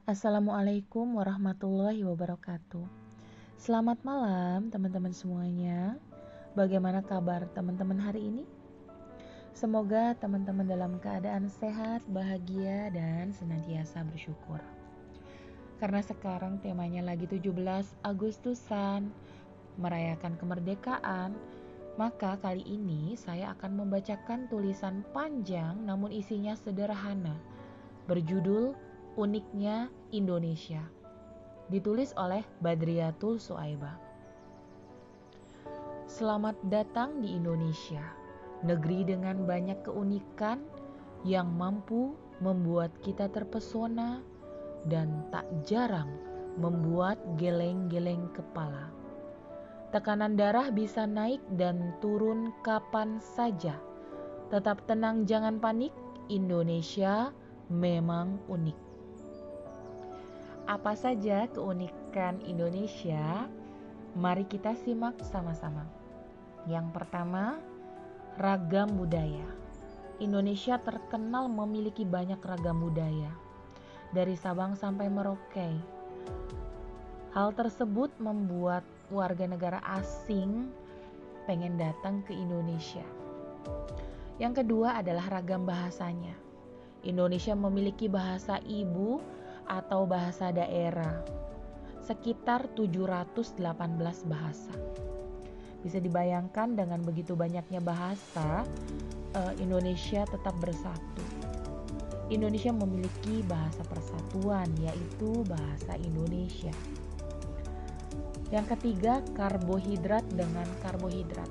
Assalamualaikum warahmatullahi wabarakatuh. Selamat malam teman-teman semuanya. Bagaimana kabar teman-teman hari ini? Semoga teman-teman dalam keadaan sehat, bahagia, dan senantiasa bersyukur. Karena sekarang temanya lagi 17 Agustusan, merayakan kemerdekaan, maka kali ini saya akan membacakan tulisan panjang namun isinya sederhana, berjudul Uniknya Indonesia. Ditulis oleh Badriatul Suaiba. Selamat datang di Indonesia, negeri dengan banyak keunikan yang mampu membuat kita terpesona dan tak jarang membuat geleng-geleng kepala. Tekanan darah bisa naik dan turun kapan saja. Tetap tenang, jangan panik. Indonesia memang unik. Apa saja keunikan Indonesia? Mari kita simak sama-sama. Yang pertama, ragam budaya. Indonesia terkenal memiliki banyak ragam budaya, dari Sabang sampai Merauke. Hal tersebut membuat warga negara asing pengen datang ke Indonesia. Yang kedua adalah ragam bahasanya. Indonesia memiliki bahasa ibu atau bahasa daerah, sekitar 718 bahasa. Bisa dibayangkan dengan begitu banyaknya bahasa, Indonesia tetap bersatu. Indonesia memiliki bahasa persatuan, yaitu bahasa Indonesia. Yang ketiga, karbohidrat dengan karbohidrat.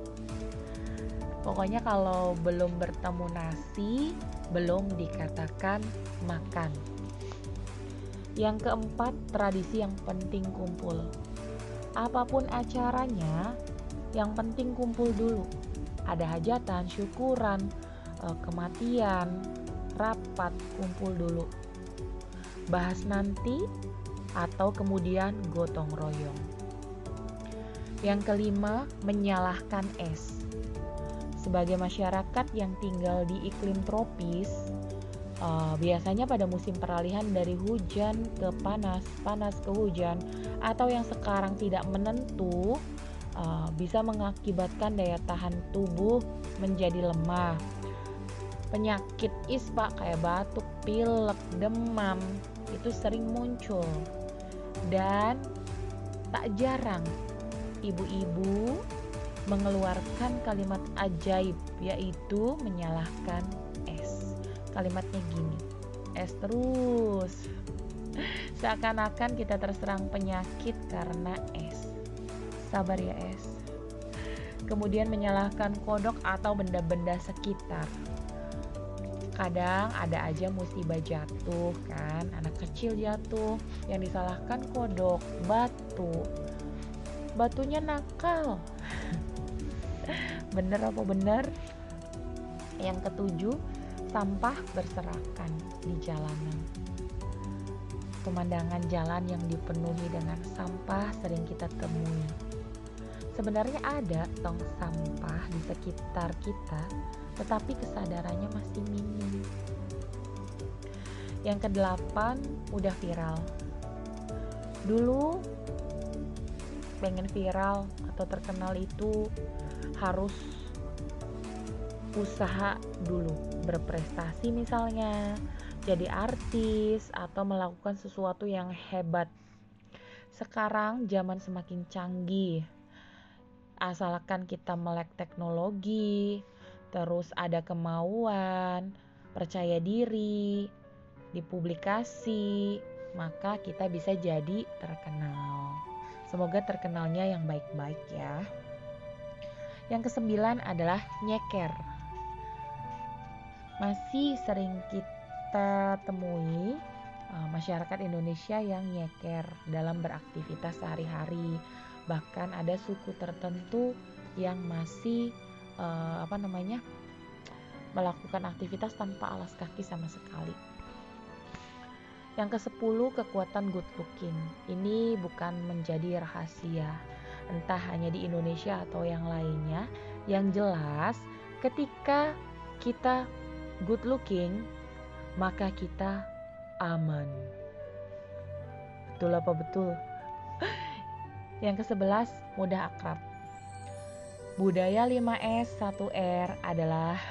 Pokoknya kalau belum bertemu nasi, belum dikatakan makan. Yang keempat, tradisi yang penting kumpul. Apapun acaranya, yang penting kumpul dulu. Ada hajatan, syukuran, kematian, rapat, kumpul dulu. Bahas nanti atau kemudian gotong royong. Yang kelima, menyalahkan es. Sebagai masyarakat yang tinggal di iklim tropis, biasanya pada musim peralihan dari hujan ke panas, panas ke hujan, atau yang sekarang tidak menentu, bisa mengakibatkan daya tahan tubuh menjadi lemah. Penyakit ispa kayak batuk, pilek, demam itu sering muncul. Dan tak jarang ibu-ibu mengeluarkan kalimat ajaib, yaitu menyalahkan es. Kalimatnya gini, es terus. Seakan-akan kita terserang penyakit karena es. Sabar ya es. Kemudian menyalahkan kodok atau benda-benda sekitar. Kadang ada aja musibah jatuh kan, anak kecil jatuh, yang disalahkan kodok, batu. Batunya nakal. Bener apa bener? Yang ketujuh, sampah berserakan di jalanan. Pemandangan jalan yang dipenuhi dengan sampah sering kita temui. Sebenarnya ada tong sampah di sekitar kita, tetapi kesadarannya masih minim. Yang kedelapan, mudah viral. Dulu pengen viral atau terkenal itu harus usaha dulu, berprestasi misalnya, jadi artis atau melakukan sesuatu yang hebat. Sekarang zaman semakin canggih, asalkan kita melek teknologi, terus ada kemauan, percaya diri, dipublikasi, maka kita bisa jadi terkenal. Semoga terkenalnya yang baik-baik ya. Yang kesembilan adalah nyeker. Masih sering kita temui masyarakat Indonesia yang nyeker dalam beraktivitas sehari-hari. Bahkan ada suku tertentu yang masih melakukan aktivitas tanpa alas kaki sama sekali. Yang ke-10, kekuatan good looking. Ini bukan menjadi rahasia, entah hanya di Indonesia atau yang lainnya. Yang jelas, ketika kita good looking, maka kita aman. Betul apa betul? Yang ke-11, mudah akrab. Budaya 5S 1R adalah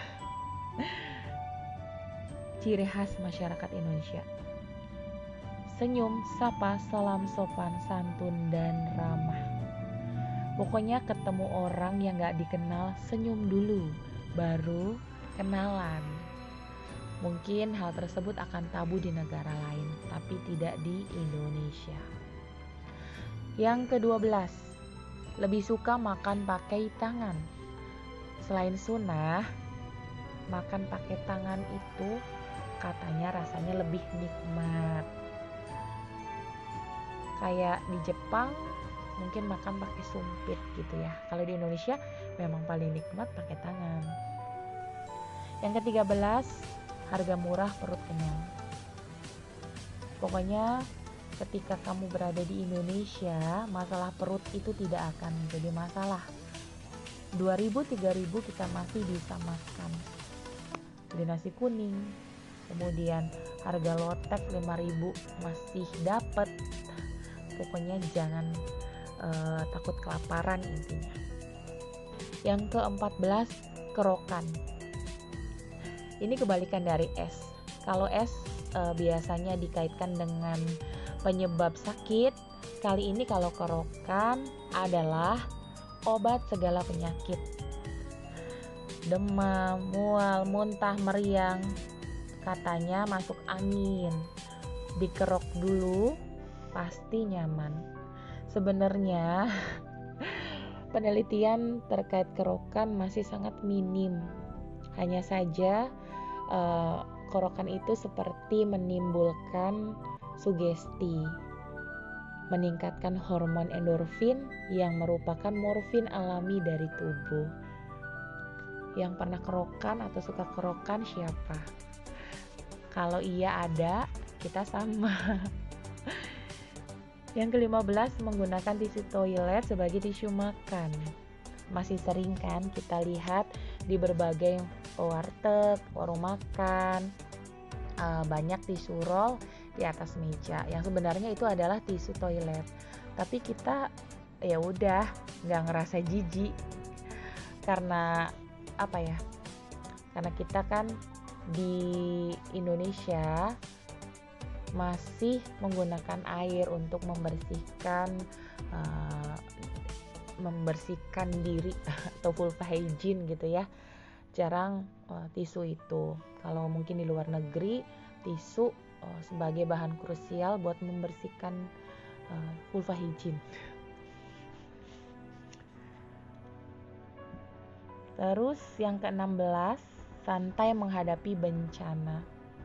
ciri khas masyarakat Indonesia. Senyum, sapa, salam sopan, santun, dan ramah. Pokoknya ketemu orang yang gak dikenal, senyum dulu, baru kenalan. Mungkin hal tersebut akan tabu di negara lain, tapi tidak di Indonesia. Yang ke-12, lebih suka makan pakai tangan. Selain sunnah, makan pakai tangan itu katanya rasanya lebih nikmat. Kayak di Jepang mungkin makan pakai sumpit gitu ya. Kalau di Indonesia memang paling nikmat pakai tangan. Yang ke-13, harga murah perut kenyang. Pokoknya ketika kamu berada di Indonesia, masalah perut itu tidak akan menjadi masalah. 2.000, 3.000 kita masih bisa makan. Beli nasi kuning, kemudian harga lotek 5.000 masih dapat. Pokoknya jangan takut kelaparan intinya. Yang ke-14, kerokan. Ini kebalikan dari es. Kalau es biasanya dikaitkan dengan penyebab sakit, kali ini kalau kerokan adalah obat segala penyakit. Demam, mual, muntah, meriang, katanya masuk angin. Dikerok dulu pasti nyaman. Sebenarnya penelitian terkait kerokan masih sangat minim. Hanya saja kerokan itu seperti menimbulkan sugesti, meningkatkan hormon endorfin yang merupakan morfin alami dari tubuh. Yang pernah kerokan atau suka kerokan siapa? Kalau iya ada, kita sama. Yang ke-15, menggunakan tisu toilet sebagai tisu makan. Masih sering kan kita lihat di berbagai warteg, warung makan, banyak tisu roll di atas meja. Yang sebenarnya itu adalah tisu toilet. Tapi kita ya udah nggak ngerasa jijik karena apa ya? Karena kita kan di Indonesia masih menggunakan air untuk membersihkan diri atau vulva hygiene gitu ya. Jarang tisu itu. Kalau mungkin di luar negeri tisu sebagai bahan krusial buat membersihkan vulva hygiene. Terus yang ke-16, santai menghadapi bencana.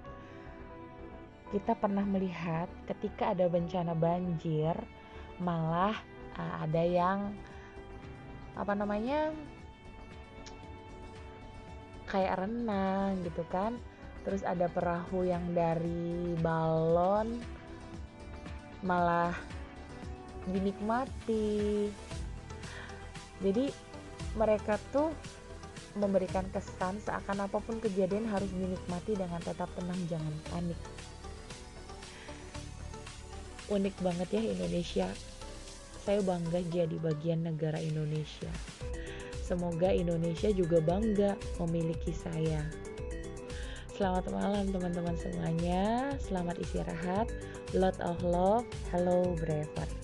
Kita pernah melihat ketika ada bencana banjir, malah ada yang kayak renang gitu kan. Terus ada perahu yang dari balon malah dinikmati. Jadi mereka tuh memberikan kesan seakan apapun kejadian harus dinikmati dengan tetap tenang, jangan panik. Unik banget ya Indonesia. Saya bangga jadi bagian negara Indonesia. Semoga Indonesia juga bangga memiliki saya. Selamat malam teman-teman semuanya. Selamat istirahat. Lot of love. Hello Braver.